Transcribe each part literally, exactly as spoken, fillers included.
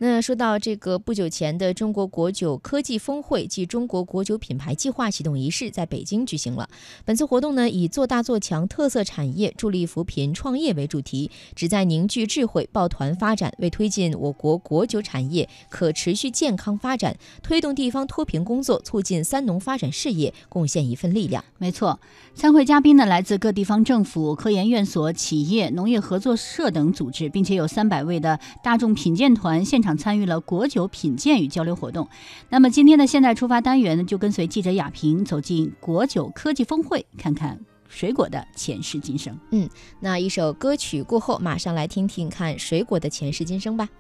那说到这个不久前的中国国酒科技峰会暨中国国酒品牌计划启动仪式在北京举行了。本次活动呢，以做大做强特色产业，助力扶贫创业为主题，旨在凝聚智慧，抱团发展，为推进我国国酒产业可持续健康发展，推动地方脱贫工作，促进三农发展事业贡献一份力量。 没错，参会嘉宾呢来自各地方政府、科研院所、企业、农业合作社等组织，并且有三百位的大众品鉴团现场参与了国酒品鉴与交流活动。那么今天的现代出发单元呢，就跟随记者亚平走进国酒科技峰会，看看水果的前世今生。 嗯，那一首歌曲过后，马上来听听看水果的前世今生吧。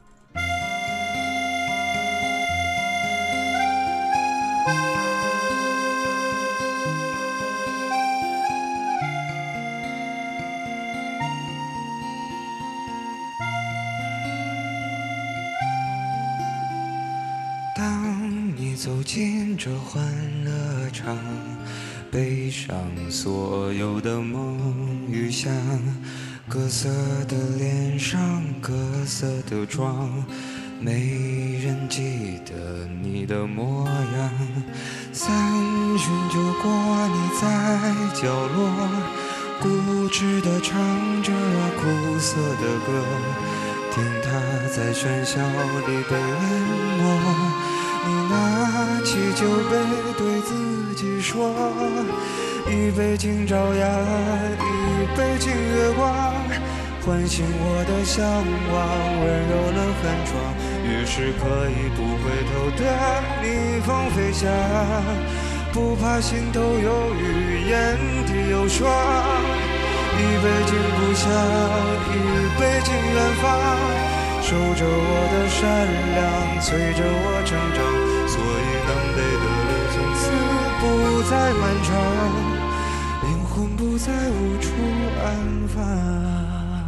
当你走进这欢乐场，背上所有的梦与想，各色的脸上，各色的妆，没人记得你的模样。三巡酒过，你在角落固执地唱着苦涩的歌，听它在喧嚣里被淹没。你拿起酒杯对自己说，一杯敬朝阳，一杯敬月光，唤醒我的向往，温柔了寒窗，于是可以不回头的逆风飞翔，不怕心头有雨，眼底有霜。一杯敬故乡，一杯敬远方，守着我的善良，催着我成长，所以南北的路从此不再漫长，灵魂不再无处安放。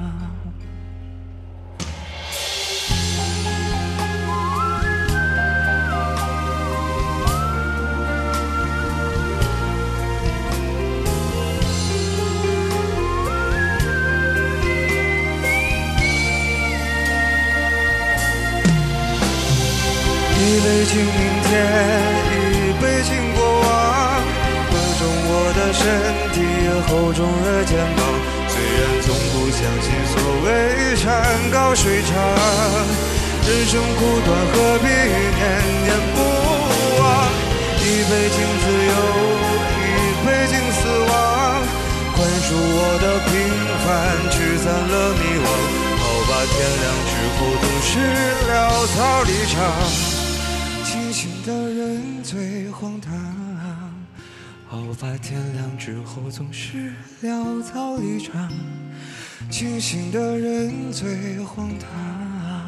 一杯敬明天，一杯敬过往，喝重我的身体，厚重的肩膀。虽然从不相信所谓山高水长，人生苦短，何必念念不忘？一杯敬自由，一杯敬死亡，宽恕我的平凡，驱散了迷惘。好吧，天亮之后总是潦草离场。清醒的人最荒唐，好吧，天亮之后总是潦草离场，清醒的人最荒唐。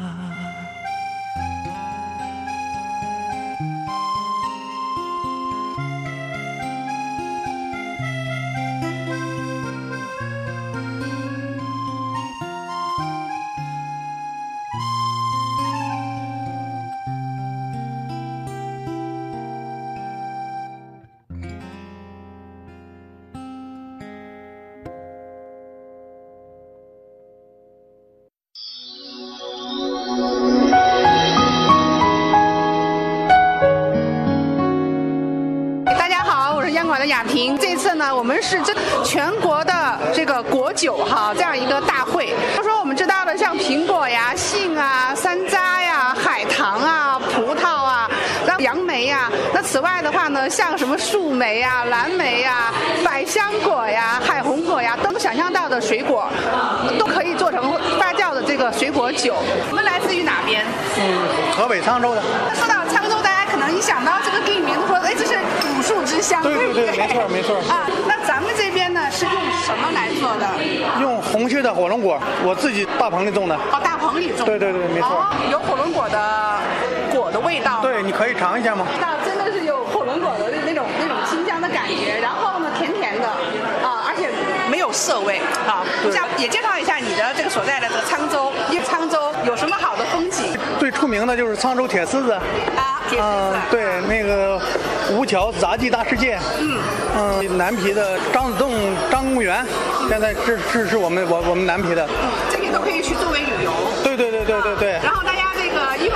亚平，这次呢，我们是这全国的这个国酒哈这样一个大会。就说我们知道的，像苹果呀、杏啊、山楂呀、海棠啊、葡萄啊、杨梅呀。那此外的话呢，像什么树莓呀、蓝莓呀、百香果呀、海红果呀，都想象到的水果，都可以做成发酵的这个水果酒。我们来自于哪边？ 嗯，河北沧州的。 说到沧州，大家可能一想到这个地名，说哎，这是古树之乡， 对对不对？ 没错没错。 啊，那咱们这边呢是用什么来做的？ 用红心的火龙果，我自己大棚里种的。 哦，大棚里种。 对对对，没错。 哦，有火龙果的果的味道。 对，你可以尝一下吗？ 那真的是有火龙果的那种那种清香的感觉，然后呢甜甜的啊，而且没有涩味啊。像也介绍一下你的这个所在的这个沧州，因为沧州有什么好的风景？ 最出名的就是沧州铁丝子。 啊，铁丝子。 嗯，对，那个吴桥杂技大世界。嗯。嗯，南皮的张子洞张公园，现在这这是我们我我们南皮的。 嗯，这里都可以去作为旅游。 对对对对对对。 然后大家这个因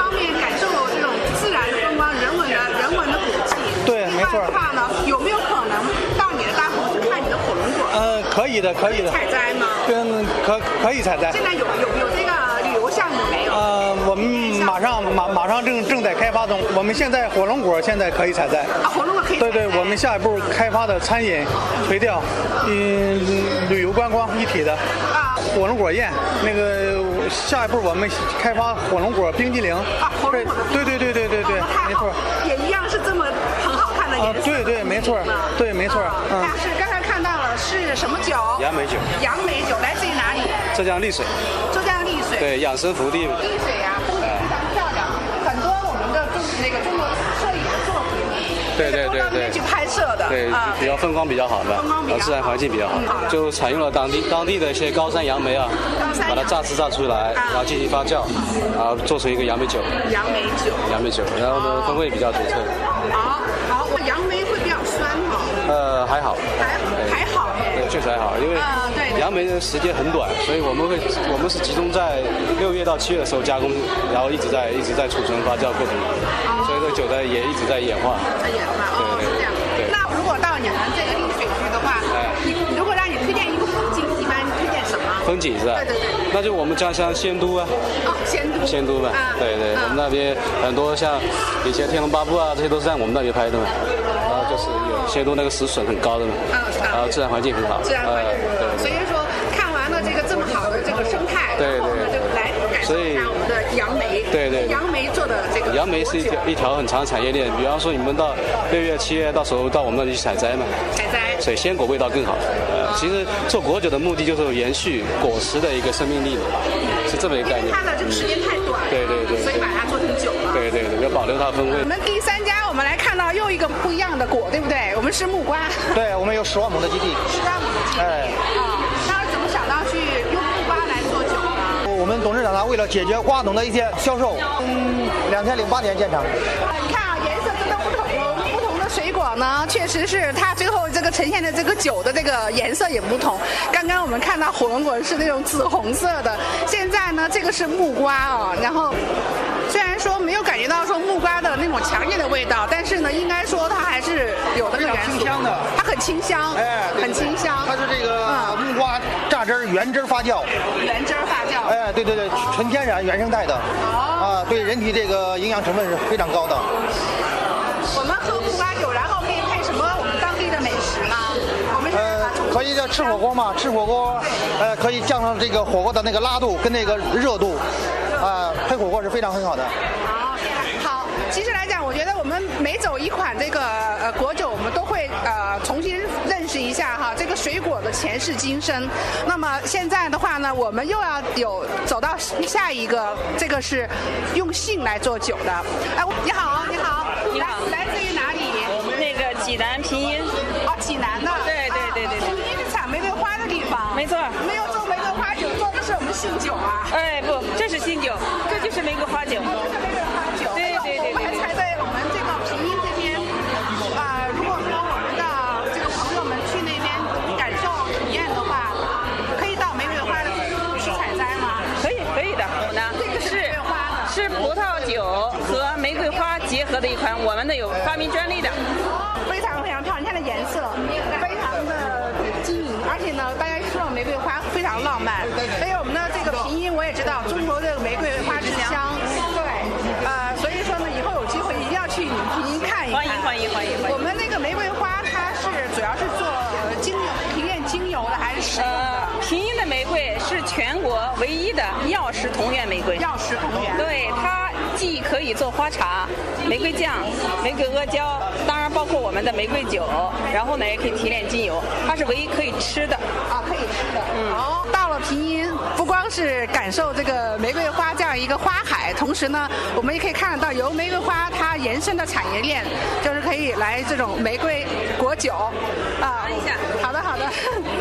以的，可以的。 采摘吗？ 嗯，可可以采摘。 现在有有有这个旅游项目没有？ 呃，我们马上马马上正正在开发中。我们现在火龙果现在可以采摘。 啊，火龙果可以采摘。 对对，我们下一步开发的餐饮、垂钓、嗯，旅游观光一体的。啊。火龙果宴，那个下一步我们开发火龙果冰激凌。 啊，火龙果的。 对对对对对对，没错。 也一样是这么很好看的颜色。 啊，对对，没错，对没错。 嗯。是刚才看到了是什么酒？ 杨梅酒。 杨梅酒来自于哪里？ 浙江丽水。 浙江丽水。 对，养生福地。 丽水啊，风景非常漂亮，很多我们的中那个中国摄影的作品。 对对对对， 去拍摄的， 对，比较风光比较好的，然后自然环境比较好，就采用了当地当地的一些高山杨梅啊，把它榨汁榨出来，然后进行发酵，然后做成一个杨梅酒。 杨梅酒， 杨梅酒，然后呢风味比较独特。 好，好，杨梅会比较酸哈。 呃，还好， 还还好， 对，确实还好，因为杨梅的时间很短，所以我们会我们是集中在六月到七月的时候加工，然后一直在一直在储存发酵过程，所以这个酒的也一直在演化。 演化，哦，是这样。对。那如果到你们这个丽水区的话，你如果让你推荐一个风景，一般推荐什么？ 风景是吧？ 对对对。 那就我们家乡仙都啊。 哦，仙都。 仙都吧，对对，我们那边很多像以前《天龙八部》啊，这些都是在我们那边拍的嘛。然后就是有仙都那个石笋很高的嘛，然后自然环境很好。 自然环境。对。所以说看完了这个这么好的这个生态， 对对， 就来感受一下我们的杨梅。 对对。 杨梅做的这个。 杨梅是一条一条很长的产业链，比方说你们到六月、七月，到时候到我们那里去采摘嘛。 采摘。 水鲜果味道更好。呃，其实做果酒的目的就是延续果实的一个生命力的，是这么一个概念。 它的这个时间太短。对对对。所以把它做成酒了。 对对对，要保留它的风味。 我们第三家，我们来看到又一个不一样的果，对不对？我们是木瓜。 对，我们有十万亩的基地。 十万亩的基地。哎。啊，那怎么想到去用木瓜来做酒呢？ 我们董事长他为了解决瓜农的一些销售，嗯，两千零八年建成。 你看啊，颜色真的不同哦，不同的水果呢，确实是它最后这个呈现的这个酒的这个颜色也不同。刚刚我们看到火龙果是那种紫红色的，现在呢这个是木瓜啊，然后。虽然说没有感觉到说木瓜的那种强烈的味道，但是呢，应该说它还是有那个元素。 清香的， 它很清香，哎，很清香。 它是这个木瓜榨汁原汁发酵， 原汁发酵。 哎，对对对，纯天然原生态的，啊，对人体这个营养成分是非常高的。 我们喝木瓜酒，然后可以配什么我们当地的美食呢？我们呃，可以叫吃火锅嘛，吃火锅，呃，可以降上这个火锅的那个辣度跟那个热度。啊，配火锅是非常很好的。 好，好，其实来讲，我觉得我们每走一款这个呃果酒，我们都会呃重新认识一下哈这个水果的前世今生。那么现在的话呢，我们又要有走到下一个，这个是用杏来做酒的。哎，你好，你好， 你好， 来自于哪里？ 那个济南平阴。 哦，济南的。 对对对对对。 平阴是产玫瑰花的地方。 没错。 没有做玫瑰花酒，做的是我们杏酒啊。 哎，不，这是新酒，这就是玫瑰花酒。 这是玫瑰花酒。 对对对对。 我们还采在我们这个平阴这边，啊、呃，如果说我们的这个朋友们去那边感受体验的话，可以到玫瑰花的去采摘吗？ 可以，可以的。呢， 这个是玫瑰花的， 是葡萄酒和玫瑰花结合的一款，我们的有发明专利的。 非常非常漂亮，你看它颜色非常的晶莹，而且呢，大家说玫瑰花非常浪漫。所以我们的这个平阴我也知道，中国这个玫瑰花之乡。对，呃，所以说呢，以后有机会一定要去你们平阴看一看。 欢迎欢迎欢迎欢迎。 我们那个玫瑰花，它是主要是做精油提炼精油的，还是食用的？ 呃，平阴的玫瑰是全国唯一的药食同源玫瑰。 药食同源。 对，它既可以做花茶、玫瑰酱、玫瑰阿胶，当然包括我们的玫瑰酒，然后呢也可以提炼精油，它是唯一可以吃的。 啊，可以吃的。嗯。好，到了平阴，不光是感受这个玫瑰花这样一个花海，同时呢，我们也可以看得到由玫瑰花它延伸的产业链，就是可以来这种玫瑰果酒。啊， 一下。 好的，好的。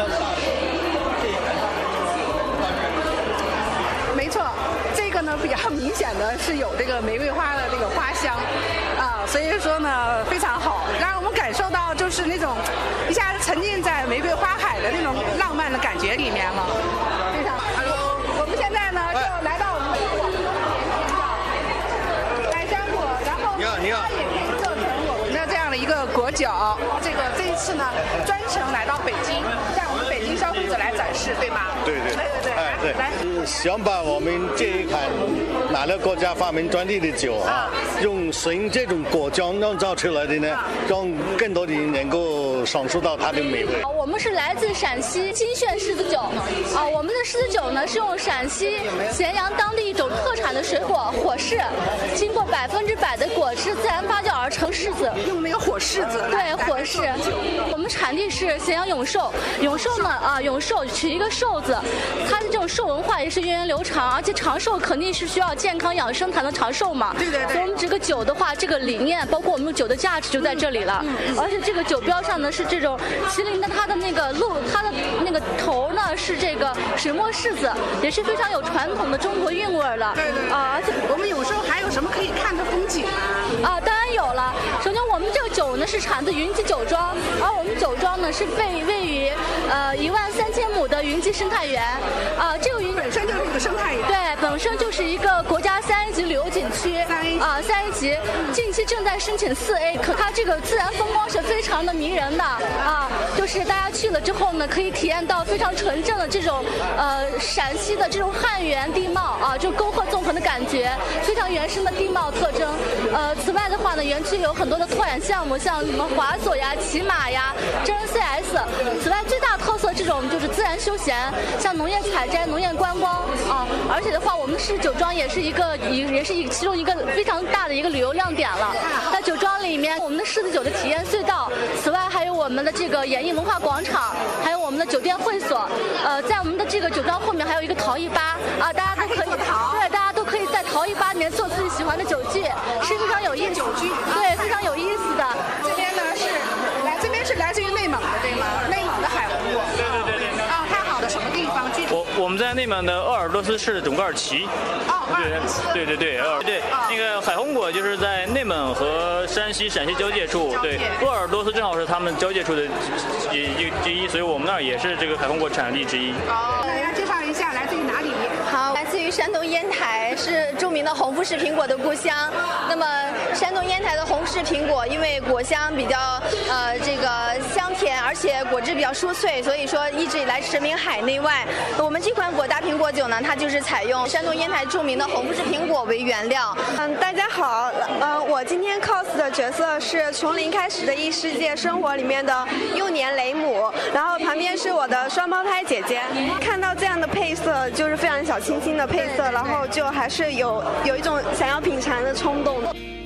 没错，这个呢比较明显的是有这个玫瑰花的这个花香，啊，所以说呢非常好，让我们感受到就是那种一下子沉浸在玫瑰花海的那种浪漫的感觉里面了，非常。我们现在呢就来到我们百香果，然后它也可以做成我们的这样的一个果酒。这个这一次呢专程来到北京，在我们北京。 消费者来展示，对吗？ 对对对对对， 哎对， 来， 想把我们这一款哪个国家发明专利的酒啊，用纯这种果浆酿造出来的呢，让更多的人能够享受到它的美味。 我们是来自陕西金炫柿子酒啊，我们的柿子酒呢是用陕西咸阳当地一种特产的水果火柿，经过百分之百的果汁自然发酵而成柿子， 用那个火柿子， 对火柿。我们产地是咸阳永寿，永寿呢啊永寿取一个寿字，它的这种寿文化也是源远流长，而且长寿肯定是需要健康养生才能长寿嘛。 对对对。 所以我们这个酒的话，这个理念包括我们酒的价值就在这里了。嗯嗯、而且这个酒标上呢是这种麒麟的它的那个鹿，它的那个头呢是这个水墨柿子，也是非常有传统的中国韵味了。 对对啊，而且我们有时候还有什么可以看的风景啊？啊，当然有了。首先我们这个酒呢是产自云集酒庄，而我们酒庄呢是被位于呃一万三千亩的云集生态园。啊，这个云本身就是一个生态园。 对，本身就是一个国家三 A 级旅游景区。 三 A 啊，三 A 级，近期正在申请四 A， 可它这个自然风光是非常的迷人的啊，就是大家去了之后呢，可以体验到非常纯正的这种呃陕西的这种汉原地貌啊，就沟壑纵横的感觉，非常原生的地貌特征。呃，此外的话呢，园区有很多的拓展项目，像什么滑索呀、骑马呀、真人 C S。此外，最大特色这种就是自然休闲，像农业采摘、农业观光啊。而且的话，我们柿酒庄也是一个也是一其中一个非常大的一个旅游亮点了。在酒庄里面，我们的柿子酒的体验隧道，此外还有我们的这个演艺文化广场，还有我们的酒店会所。呃，在我们的这个酒庄后面还有一个陶艺吧啊，大家都可以对，大家都可以在陶艺吧里面做自己喜欢的酒具，是非常有意思。 酒具对，非常有意思的。 这边呢是来，这边是来自于内蒙的，对吗？内蒙的海红果。 对对对对。 啊，太好了，什么地方？具体我我们在内蒙的鄂尔多斯市准噶尔旗。 哦， 对对对对，鄂尔对，那个海红果就是在内蒙和山西、陕西交界处，对，鄂尔多斯正好是他们交界处的一之一，所以我们那儿也是这个海红果产地之一。 哦，大家介绍一下来自于哪里？ 好，来自于山东烟台，是著名的红富士苹果的故乡。那么山东烟台的红富士苹果，因为果香比较呃这个香甜，而且果汁比较酥脆，所以说一直以来驰名海内外。我们这款果大苹果酒呢，它就是采用山东烟台著名的红富士苹果为原料。 嗯，大家好，呃，我今天 cos 的角色是从零开始的异世界生活里面的幼年雷姆，然后旁边是我的双胞胎姐姐。看到这样的配色，就是非常小清新的配色，然后就还是有有一种想要品尝的冲动。